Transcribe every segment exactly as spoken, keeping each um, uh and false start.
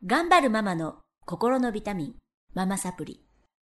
頑張るママの心のビタミン、ママサプリ。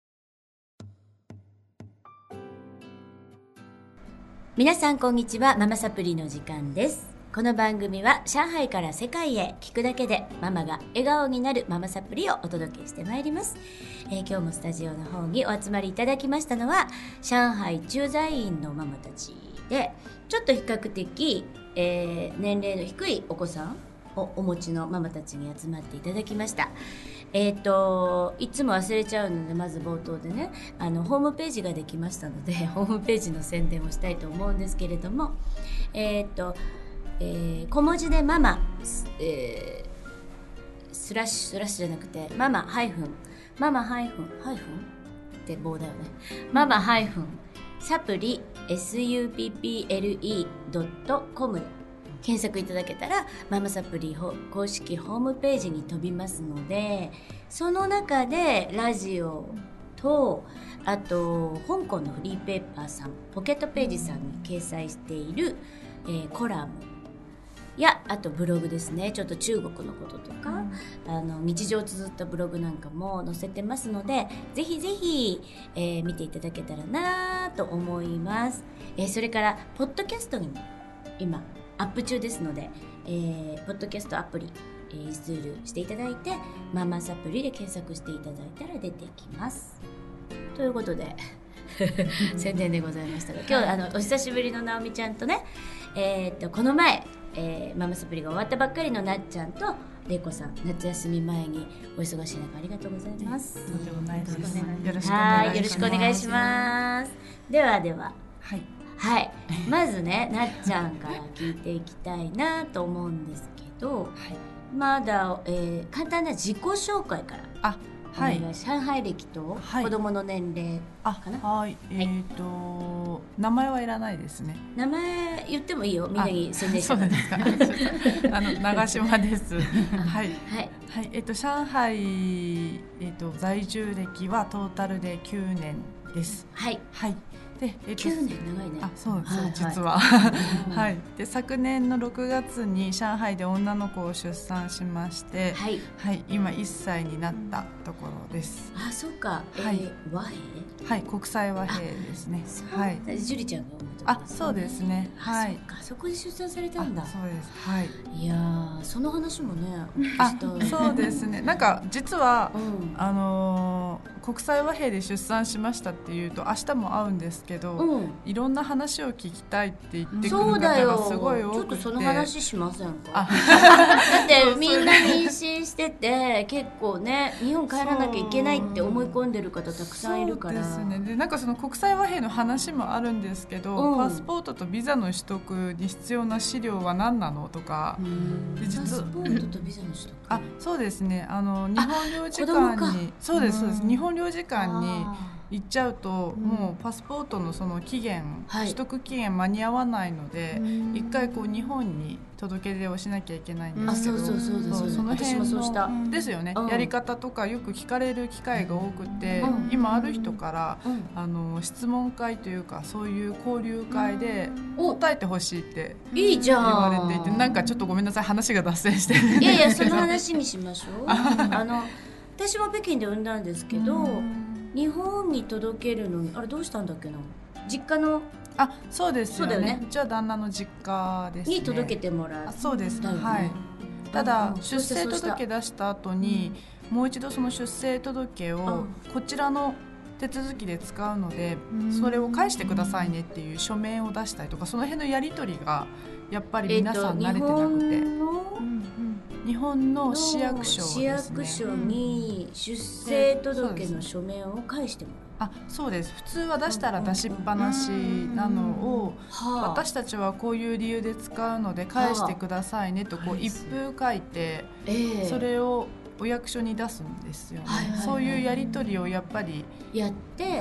皆さんこんにちは。ママサプリの時間です。この番組は上海から世界へ聞くだけでママが笑顔になるママサプリをお届けしてまいります。えー、今日もスタジオの方にお集まりいただきましたのは上海駐在員のママたちで、ちょっと比較的、えー、年齢の低いお子さんをお持ちのママたちに集まっていただきました。えーといつも忘れちゃうので、まず冒頭でね、あのホームページができましたのでホームページの宣伝をしたいと思うんですけれども、えーとえー、小文字でママ、えー、スラッシュスラッシュじゃなくてママハイフンママハイフンハイフンって棒だよね。ママハイフンサプリ サプリ ドットコム で検索いただけたらママサプリ公式ホームページに飛びますので、その中でラジオと、あと香港のフリーペーパーさん、ポケットページさんに掲載している、えー、コラムや、あとブログですね、ちょっと中国のこととか、うん、あの日常を綴ったブログなんかも載せてますので、ぜひぜひ、えー、見ていただけたらなと思います。えー、それからポッドキャストにも今アップ中ですので、えー、ポッドキャストアプリ、えー、インストールしていただいて、ママサプリで検索していただいたら出てきます。ということで宣伝でございましたが、今日あのお久しぶりのなおみちゃんとね、えー、っとこの前、えー、ママサプリが終わったばっかりのなっちゃんとれいこさん、夏休み前にお忙しい中ありがとうございます。 とんでもないです。 よろしくお願いします。ではでは、はいはい、まずねなっちゃんから聞いていきたいなと思うんですけど、はい、まだ、えー、簡単な自己紹介から。あ、はい、上海歴と子供の年齢かな。 はい、はい、えーと名前はいらないですね。 名前言ってもいいよ、みんなに宣伝して。 そうですか。あの長島です。はいはいはい。えっ、ー、と上海、えーと在住歴はトータルできゅうねんです。はいはい。でえっと、 きゅうねん長いね。 あ、そうです、はい、実は、はい、で昨年のろくがつに上海で女の子を出産しまして、はいはい、今いっさいになったところです。 あ、そうか、はい、えー、和平、 はい、国際和平ですね。 はい、ジュリちゃんが産むところですね。 あ、そうですね。はい。 あ、そっか、そこで出産されたんだ。 そうです。はい。 いやその話もね、 あ、そうですね。なんか実は、うん、あのー、国際和平で出産しましたっていうと明日も会うんですけど、うん、いろんな話を聞きたいって言ってくる方がすごい多くて、ちょっとその話しませんか。だってみんな妊娠してて結構ね、日本帰らなきゃいけないって思い込んでる方たくさんいるから。 そうですね。でなんかその国際和平の話もあるんですけど、うん、パスポートとビザの取得に必要な資料は何なのとか、 で実パスポートとビザの取得、 あ、そうですね。あの日本領事館に、そうですそうです。日本領事館に行っちゃうと、うん、もうパスポートのその期限、はい、取得期限間に合わないので、一回こう日本に届け出をしなきゃいけないんですけど、 あ、そうそうそうそう、その辺の私もそうしたですよね、うん、やり方とかよく聞かれる機会が多くて、うん、今ある人から、うん、あの質問会というかそういう交流会で答えてほしいって言われていて、なんかちょっとごめんなさい、話が脱線してるんですけど、 いやいや、その話にしましょう。あの私も北京で産んだんですけど、日本に届けるのにあれどうしたんだっけな、実家の、 あ、そうですよね。そうだよね。うちは旦那の実家ですね。 に届けてもらう。 そうですね。はい。ただ出生届出した後に、うん、もう一度その出生届をこちらの手続きで使うので、うん、それを返してくださいねっていう書面を出したりとか、その辺のやり取りがやっぱり皆さん慣れてなくて、えー日本の市役所ですね。 市役所に出生届の書面を返してもらう。 あ、そうです。普通は出したら出しっぱなしなのを、私たちはこういう理由で使うので返してくださいねとこう一封書いて、それをお役所に出すんですよね。そういうやり取りをやっぱりやって、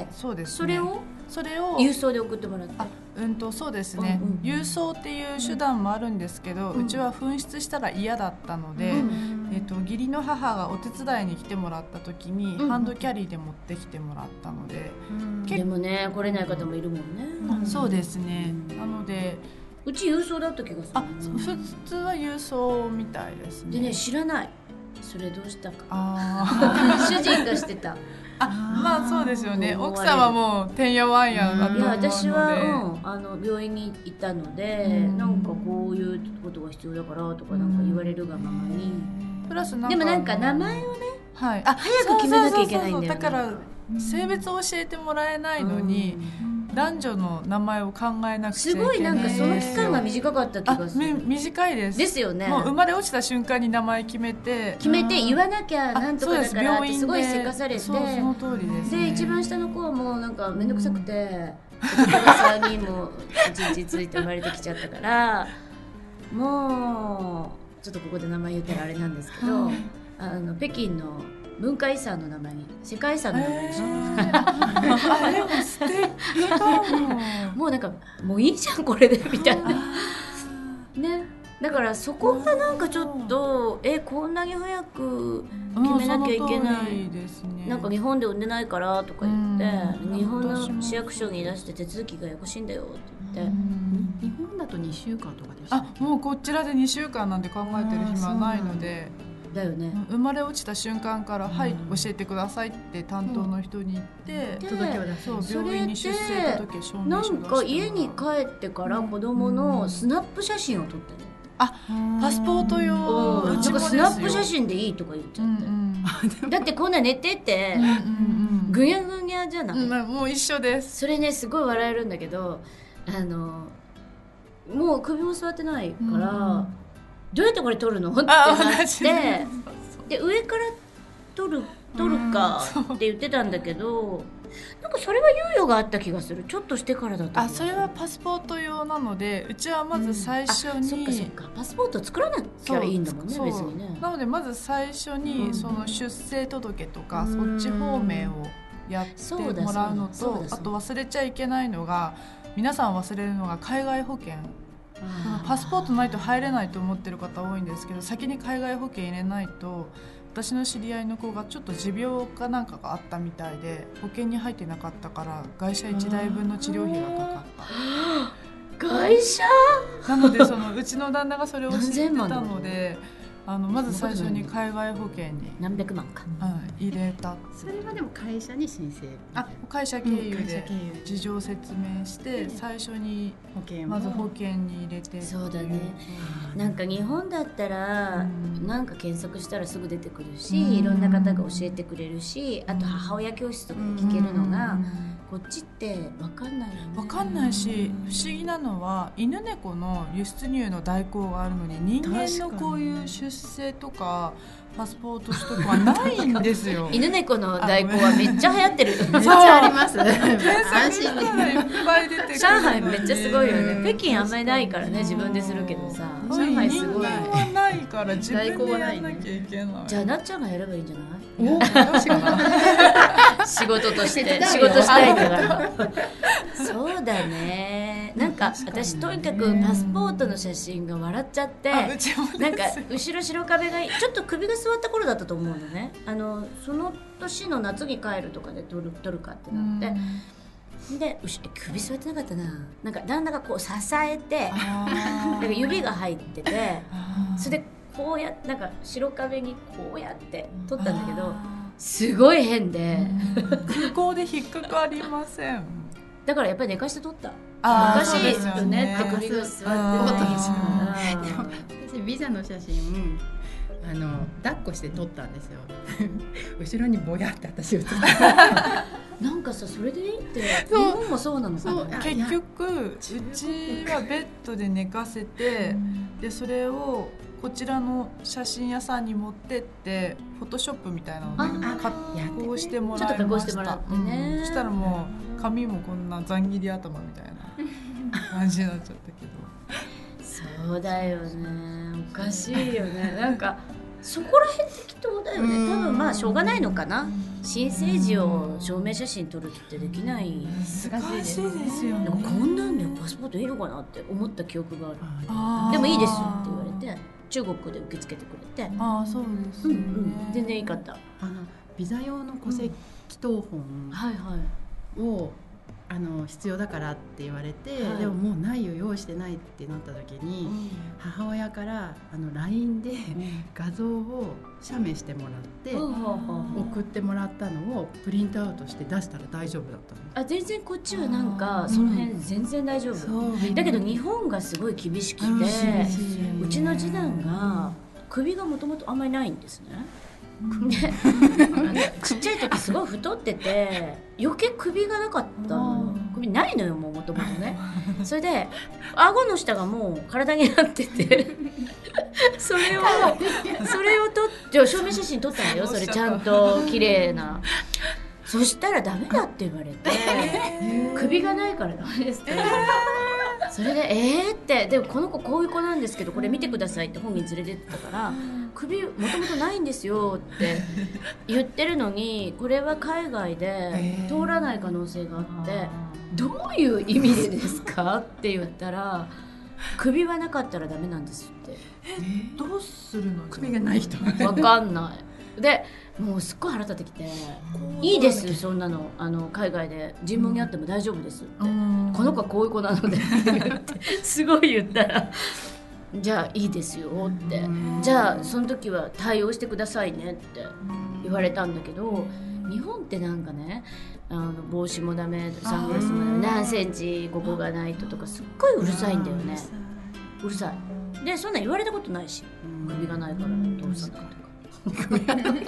そうですね。 それをそれを郵送で送ってもらって、 あ、うんとそうですね、うんうん、郵送っていう手段もあるんですけど、うん、うちは紛失したら嫌だったので、うん、えーと、義理の母がお手伝いに来てもらった時に、うん、ハンドキャリーで持ってきてもらったので、 うん、でもね来れない方もいるもんね、 うん、そうですね、うん、なのでうち郵送だった気がする。 あ、普通は郵送みたいですね。 でね、知らないそれどうしたかあ主人がしてた。 あまあそうですよね。 思われる奥さんはもうてんやわんやだと思うので、 いや私は、うん、あの病院にいたので、うん、なんかこういうことが必要だからとかなんか言われるがままに、 プラスなんかでもなんか名前をね、 はい、 あ早く決めなきゃいけないんだよね。 だから性別を教えてもらえないのに、うん、男女の名前を考えなくちゃいけない。すごいなんかその期間が短かった気がする。 短いですですよね。 もう生まれ落ちた瞬間に名前決めて決めて言わなきゃなんとかだからってすごいせかされて、 そうその通りです、ね、 で一番下の子はもうなんか面倒くさくてお母さんにも一日ついて生まれてきちゃったからもうちょっとここで名前言ったらあれなんですけど、あの北京の文化遺産の名前に世界遺産の名前にしあれも素敵かももうなんかもういいじゃんこれでみたいなね。だからそこがなんかちょっとえこんなに早く決めなきゃいけない、 ですね、 なんか日本で産んでないからとか言って日本の市役所に出して手続きがややこしいんだよって言って、 日本だとにしゅうかんとかでしたあもうこちらでにしゅうかんなんて考えてる暇はないのでだよね、 生まれ落ちた瞬間から「はい教えてください」って担当の人に言って、 うん、届けを出す。 そう病院に出生届証明書出してなんか家に帰ってから子供のスナップ写真を撮ってる、 あパスポート用、 うん、なんかスナップ写真でいいとか言っちゃって、うんうん、だってこんな寝てて、うんうん、ぐにゃぐにゃじゃない、 うん、もう一緒です。 それねすごい笑えるんだけどあのもう首も座ってないから、うんどうやってこれ撮るのってなってで上から撮る撮るかって言ってたんだけど、なんかそれは猶予があった気がする。ちょっとしてからだった。 あそれはパスポート用なのでうちはまず最初に、うん、 そっかそっかパスポート作らなきゃいいんだもんね別にね。 なのでまず最初にその出生届とか、うん、そっち方面をやってもらうのと、あと忘れちゃいけないのが皆さん忘れるのが海外保険。パスポートないと入れないと思ってる方多いんですけど先に海外保険入れないと私の知り合いの子がちょっと持病かなんかがあったみたいで保険に入ってなかったから外車いちだいぶんの治療費がかかった外車なのでそのうちの旦那がそれを知ってたのであのまず最初に海外保険に何百万か、 うん、入れた。 それはでも会社に申請あ会社経由で事情説明して最初にまず保険に入れて。 そうだね、なんか日本だったらなんか検索したらすぐ出てくるしいろんな方が教えてくれるしあと母親教室とかで聞けるのがこっちって分かんないよね。 分かんないし不思議なのは犬猫の輸出入の代行があるのに人間のこういう出生とかパスポート取得はないんですよ犬猫の代行はめっちゃ流行ってるめっちゃあります安心にいっぱい出てくる。 上海めっちゃすごいよね。北京あんまりないからね自分でするけどさ上海すごい。 人間はないから自分でやらなきゃいけない。 じゃあなっちゃんがやればいいんじゃない？ お確かに仕事として仕事したいんだからそうだね。なんか私とにかくパスポートの写真が笑っちゃってなんか後ろ白壁がちょっと首が座った頃だったと思うのね。あのその年の夏に帰るとかで撮る撮るかってなってで首座ってなかったな。なんか旦那がこう支えてなんか指が入っててそれでこうやってなんか白壁にこうやって撮ったんだけどすごい変で空港で引っかかりません。 だからやっぱり寝かして撮った。 あおかしいよねって首が座ってね。 でも私ビザの写真あの抱っこして撮ったんですよ後ろにぼやって私映ってなんかさそれでいいって日本もそうなのかな。 結局うちはベッドで寝かせてでそれをこちらの写真屋さんに持ってってフォトショップみたいなので加工してもらいました。ちょっと加工してもらってね、うん、そしたらもう髪もこんなざん切り頭みたいな感じになっちゃったけどそうだよねおかしいよねなんかそこら辺適当だよね。多分まあしょうがないのかな。新生児を証明写真撮るってできない難しいですよね。 こんなんでパスポートいいのかなって思った記憶がある。あでもいいですって言われて中国で受け付けてくれてああそうですね、うんうん、 全然いいかった。 あのビザ用の戸籍謄本をあの必要だからって言われて、 はい、 でももうないよ用意してないってなった時に、うん、母親からあの ライン で画像を写メしてもらって、うん、送ってもらったのをプリントアウトして出したら大丈夫だったの。 あ、全然こっちはなんかその辺全然大丈夫、うん、だけど日本がすごい厳しくて、うん、うちの次男が首がもともとあんまりないんですね。でちっちゃい時すごい太ってて余計首がなかったの。首ないのよもともとね。それで顎の下がもう体になっててそれをそれを撮って証明写真撮ったのよ。それちゃんと綺麗な。そしたらダメだって言われて、首がないからダメですって。それでえーってでもこの子こういう子なんですけどこれ見てくださいって本人連れてってたから首もともとないんですよって言ってるのにこれは海外で通らない可能性があってどういう意味でですかって言ったら首はなかったらダメなんですって。 えどうするの？ 首がない人わかんない。でもうすっごい腹立ってきていいですそんなのあの海外で尋問にあっても大丈夫ですって、うん、この子はこういう子なのでって言ってすごい言ったらじゃあいいですよって、うん、じゃあその時は対応してくださいねって言われたんだけど日本ってなんかねあの帽子もダメサングラスもダメ何センチここがないととかすっごいうるさいんだよね。うるさいでそんな言われたことないし首がないからどうさないとか面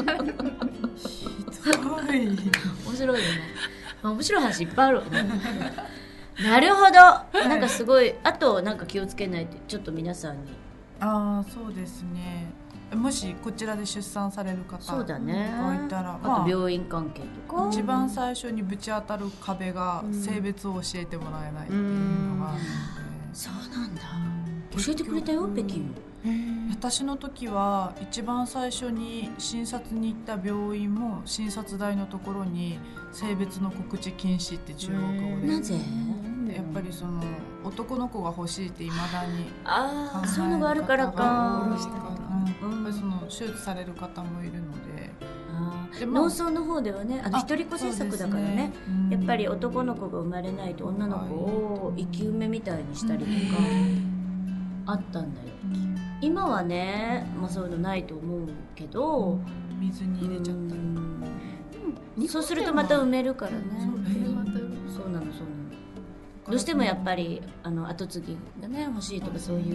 白いよね。面白い話いっぱいあるわね。なるほど。なんかすごいあとなんか気をつけないとちょっと皆さんに。 ああそうですね。もしこちらで出産される方そうだねがいたら、 あと病院関係とか、 一番最初にぶち当たる壁が性別を教えてもらえないっていうのがあるので。 そうなんだ。教えてくれたよ北京。 私の時は一番最初に診察に行った病院も診察台のところに性別の告知禁止って中国語で。 なぜ？ やっぱりその男の子が欲しいっていまだにああそういうのがあるからか。 うん、やっぱりその手術される方もいるので。 あで農村の方ではねあの一人っ子政策だから ね, ね、うん、やっぱり男の子が生まれないと女の子を生き埋めみたいにしたりとかあったんだよ。今はね、まあ、そういうのないと思うけど水に入れちゃったり、 うん、そうするとまた埋めるからね。そうなのそうなの。どうしてもやっぱりあの後継ぎがね欲しいとかそういう、うん、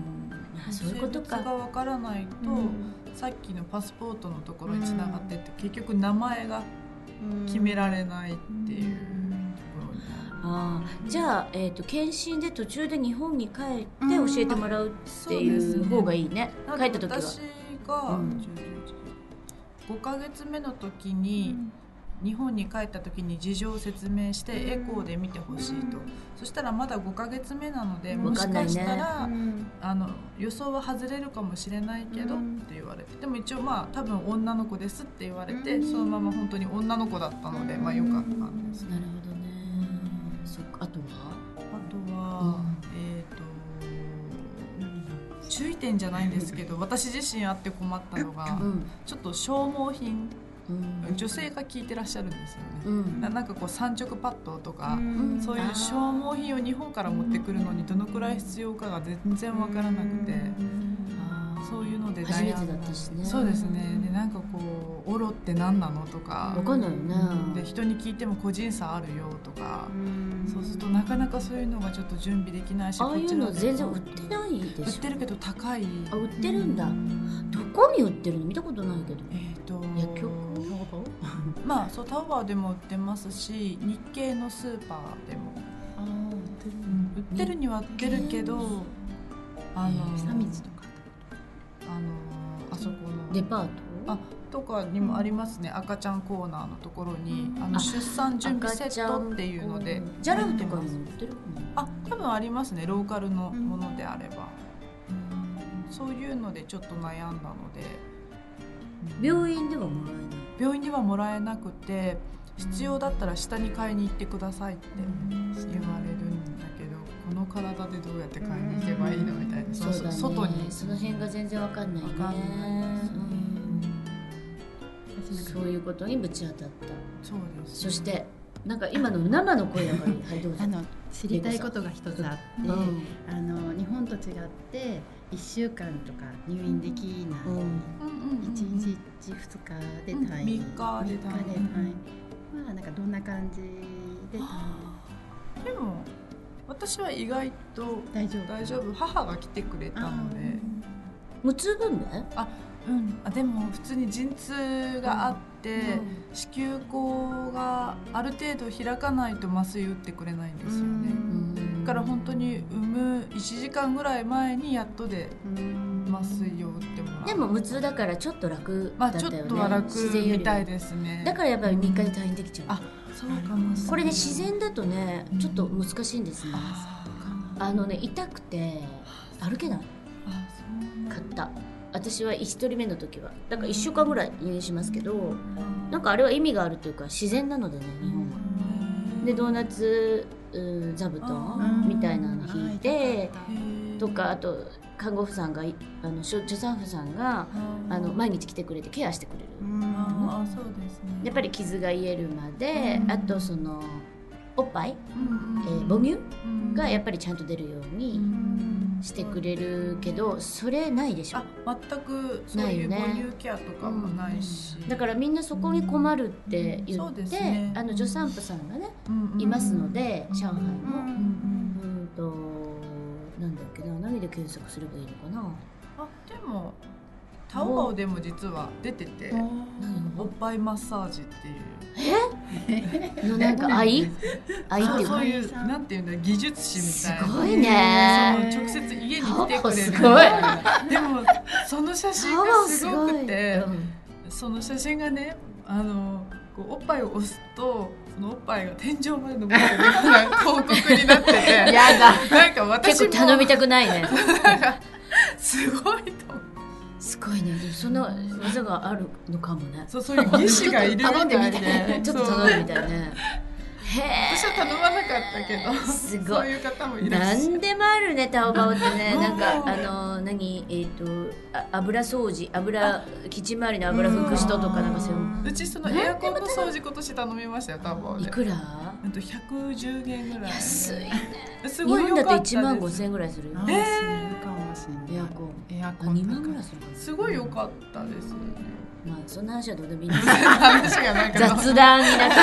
あそういうことか。 性別がわからないと、うん、さっきのパスポートのところに繋がってって、うん、結局名前が決められないっていう。 あじゃあ、えーと、検診で途中で日本に帰って教えてもらうっていう方がいいね、うん、帰った時は。 私がごかげつめの時に、うん、日本に帰った時に事情を説明して、うん、エコーで見てほしいと、うん、そしたらまだごかげつめなので、うん、もしかしたら、ねうん、あの予想は外れるかもしれないけど、うん、って言われて、でも一応まあ多分女の子ですって言われて、うん、そのまま本当に女の子だったので、まあよかったんです、ね、 なるほどね。そっかあとはあとは、うん、えっ、ー、と注意点じゃないんですけど私自身あって困ったのが、うん、ちょっと消耗品、うん、女性が聞いてらっしゃるんですよね、うん、な, なんかこう三直パッドとか、うん、そういう消耗品を日本から持ってくるのにどのくらい必要かが全然わからなくて、そういうので初めてだったしね。 そうですね。でなんかこうオロって何なのとか分かんないよね。 で人に聞いても個人差あるよとか、そうするとなかなかそういうのがちょっと準備できないし、 ああいうの全然売ってないでしょ。 売ってるけど高い。 あ売ってるんだ。どこに売ってるの見たことないけど。 えっ、ー、と薬局まあそうタワーでも売ってますし、日系のスーパーでもあ売ってる、 うん、売ってるには売ってるけど、あの久光とか。 あのあそこのデパートあとかにもありますね、うん、赤ちゃんコーナーのところにあの出産準備セットっていうのでジャラフとかにも売ってるかな。あ多分ありますね、ローカルのものであれば、うん、そういうのでちょっと悩んだので。 病院ではもらえない。 病院ではもらえなくて必要だったら下に買いに行ってくださいって言われるんだけど、この体でどうやって買いに行けばいいのみたいな、うん、そうそうだね、 外にその辺が全然わかんないね。わかんないですね、うん、そういうことにぶち当たった。 そうです、 そしてなんか今の生の声だから、はいどうぞ。 あの知りたいことが一つあって、 うん、 あの日本と違っていっしゅうかんとか入院できない、うん、いちにちふつかで退院、 みっかで退院、 まあなんかどんな感じで退院。でも私は意外と大丈夫大丈夫母が来てくれたので。 無痛分娩？ あ、うん、あでも普通に陣痛があって、うん、子宮口がある程度開かないと麻酔打ってくれないんですよね。だから本当に産むいちじかんぐらい前にやっとで麻酔を打ってもらう。 でも無痛だからちょっと楽だったよね。 まあ、ちょっとは楽みたいですね。 だからやっぱりみっかで退院できちゃう。 あ、そうかもしれない。 これね自然だとねちょっと難しいんですね。あのね痛くて歩けない。あ、そうかった。私はひとりめの時はだからいっしゅうかんぐらい入院しますけど、なんかあれは意味があるというか自然なのでね日本は。でドーナツ座布団みたいなの引いてとか、あと看護婦さんがあの助産婦さんがあの毎日来てくれてケアしてくれる。 あ、そうですね。 やっぱり傷が癒えるまで、あとそのおっぱい、えー、母乳がやっぱりちゃんと出るようにしてくれるけど、それないでしょ。 あ、全くそういう母乳ケアとかもないし、 だからみんなそこに困るって言って、ね、あの助産婦さんがね、いますので上海も、うんとなんだっけな、何で検索すればいいのかな。 あ、でもタオバオでも実は出てて、おっぱいマッサージっていうえのなんか愛愛っていうか、 そういうなんていうんだ、技術師みたいな。 すごいね。 その直接家に来てくれる。 すごい。 でもその写真がすごくて、その写真がね、あのこうおっぱいを押すとそのおっぱいが天井まで伸びてるような広告になってて、 やだ。 なんか私も結構頼みたくないね。 すごいと。 すごいね。そんな技があるのかもね。 そう、そういう技師がいるみたいで、 ちょっと頼んでみたいね。 へ私は頼まなかったけど、すごいそういう方もいらっしゃる。 何でもあるね、タオバオってね。なんかあの何えっ、ー、と油掃除、油キッチン周りの油拭く人とかなんかそういう。 うちそのエアコンの掃除今年頼みましたよ、タオバオで。 いくら？ あとひゃくじゅうえんぐらい。安いね。 すごい良かったです。日本だといちまんごせんえんぐらいするよ。 ええ。かもしれない。 エアコン。 エアコンにまんぐらいする。 すごい良かったですよね。 まあそんな話はどうでもいいんですけど。 雑談になった。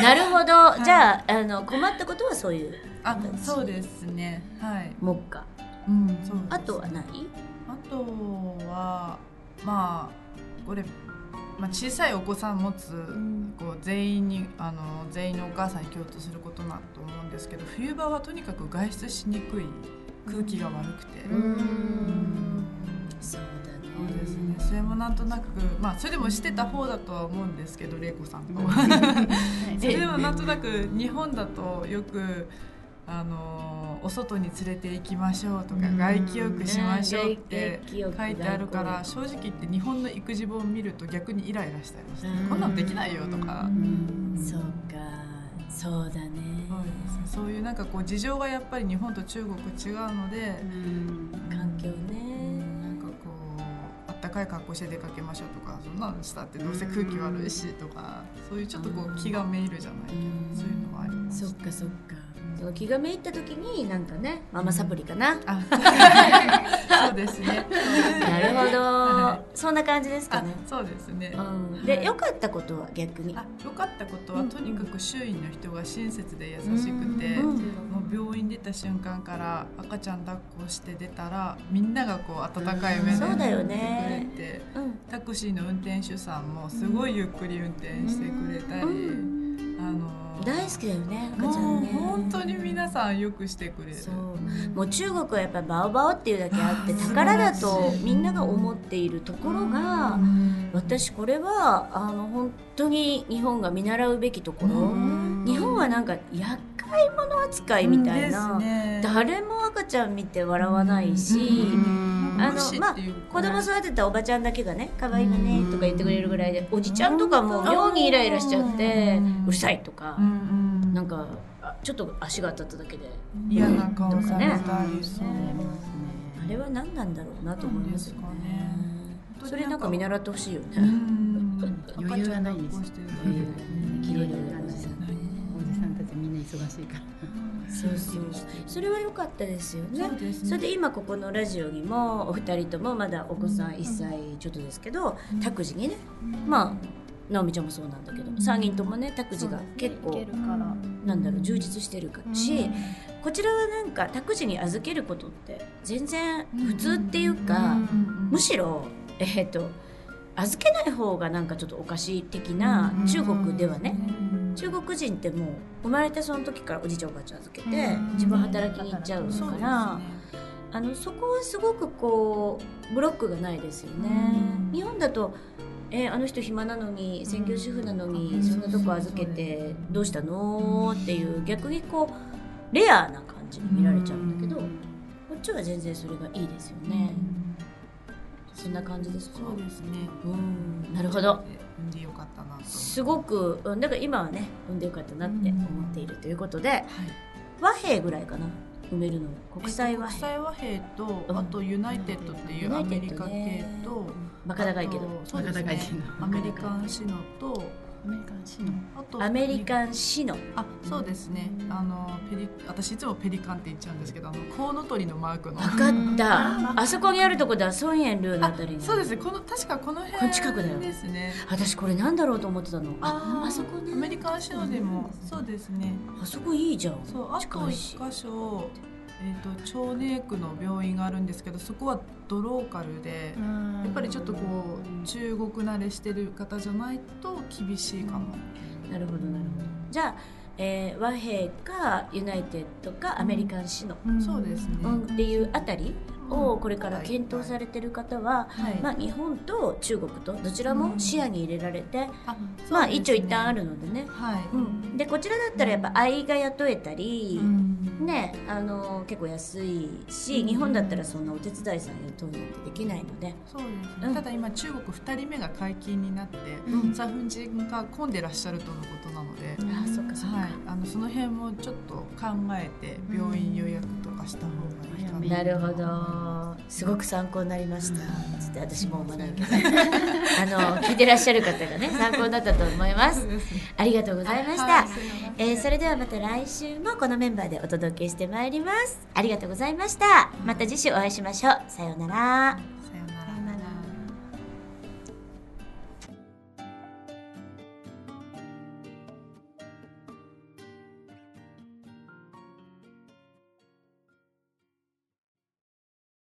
なるほど。じゃああの困ったことはそういう。 あ、そうですね。はい。 目下。 うん、そう。 あとはない？ あとはまあこれ。まあ、小さいお子さん持つ、うん、こう全員にあの全員のお母さんに共通することだと思うんですけど、冬場はとにかく外出しにくい、空気が悪くて、うん、うん、 そうだね。 そうですね。それもなんとなく、まあそれでもしてた方だとは思うんですけど、玲子さんと、うん、それでもなんとなく日本だとよくあのお外に連れて行きましょうとか、うん、外気浴しましょうって書いてあるから、正直言って日本の育児本を見ると逆にイライラしたりして、こんなんできないよとか、うん、 そうか、そうだね。 そういうなんかこう事情がやっぱり日本と中国違うので、 うん、環境ね、 なんかこうあったかい格好して出かけましょうとか、そんなのしたってどうせ空気悪いしとか、そういうちょっとこう気がめいるじゃないけど、そういうのもあります。 そっかそっか。その気がめいった時になんかね、ママサプリかな、うん、 あそうですね。 なるほど、はい、そんな感じですかね。 そうですね、 うん、で、はい、良かったことは逆に、 あ、良かったことは、うん、とにかく周囲の人が親切で優しくて、うん、もう病院出た瞬間から赤ちゃん抱っこして出たらみんながこう温かい目で見てくれて、うん、そうだよね、うん、タクシーの運転手さんもすごいゆっくり運転してくれたり、うん、あの大好きだよね、赤ちゃんね。 本当に皆さんよくしてくれる。 そう、もう中国はやっぱバオバオっていうだけあって宝だとみんなが思っているところが、私これはあの本当に日本が見習うべきところ。日本はなんか厄介者扱いみたいな、ね、誰も赤ちゃん見て笑わないし、あのまあ子供育てたおばちゃんだけがね、可愛いわねとか言ってくれるぐらいで、おじちゃんとかも妙にイライラしちゃってうるさいとか、なんかちょっと足が当たっただけで嫌な顔されたり、 あれは何なんだろうなと思いますよね。それなんか見習ってほしいよね。 余裕がないです。 綺麗なおじさんね。 みんな忙しいからそうそうそれは良かったですよね。 そうですね。 それで今ここのラジオにもお二人ともまだお子さんいっさいちょっとですけど、うん、託児にね、うん、まあ直美ちゃんもそうなんだけど、うん、さんにんともね託児が結構、ね、なんだろう充実してるし、うん、こちらはなんか託児に預けることって全然普通っていうか、うん、むしろえー、っと預けない方がなんかちょっとおかしい的な、中国ではね、中国人ってもう生まれてその時からおじいちゃんおばあちゃん預けて自分働きに行っちゃうから、あのそこはすごくこうブロックがないですよね。日本だとえー、あの人暇なのに専業主婦なのにそんなとこ預けてどうしたのっていう逆にこうレアな感じに見られちゃうんだけど、こっちは全然それがいいですよね。そんな感じですか？ そうですね。 うん、なるほど。 産んでよかったなと。すごく、だから今はね産んでよかったなって思っているということで、はい、和平ぐらいかな。埋めるの国際和平、 国際和平と、あとユナイテッドっていうアメリカ系と、 バカ高いけどそうですね、アメリカンシノとアメリカンシノあとアメリカンシノあそうですね、あのペリ私いつもペリカンって言っちゃうんですけど、あのコウノトリのマークの分かったあそこにあるとこだ、ソンエンルーのあたりに。 そうですね、この確かこの辺この近くだよですね。 私これなんだろうと思ってたの。ああそこね、 アメリカンシノでもそうですね、 あそこいいじゃん。 そう、あと一箇所えー、と蝶ネ区の病院があるんですけど、そこはドローカルでやっぱりちょっとこう中国慣れしてる方じゃないと厳しいかも。 なるほどなるほど。じゃあ、えー、和平かユナイテッドかアメリカンシノ、 うん、そうですね、 うん、っていうあたりをこれから検討されてる方は、はい、まあ、日本と中国とどちらも視野に入れられて、うん、あまあ一長一短あるのでね、はい、うん、でこちらだったらやっぱ愛が雇えたり、うん、ね、あの結構安いし、うん、日本だったらそんなお手伝いさん雇うなんてできないので。 そうですね、うん、ただ今中国ふたりめが解禁になって、うん、サーフン人が混んでらっしゃるとのことなので、 うん、あそっかそっか、はい、 あのその辺もちょっと考えて病院予約とかした方がいいかな。 なるほど、すごく参考になりました。つって私も思わないけどあの聞いてらっしゃる方がね参考になったと思います。ありがとうございました、はい、えー、それではまた来週もこのメンバーでお届けしてまいります。ありがとうございました。また次週お会いしましょう。さようなら。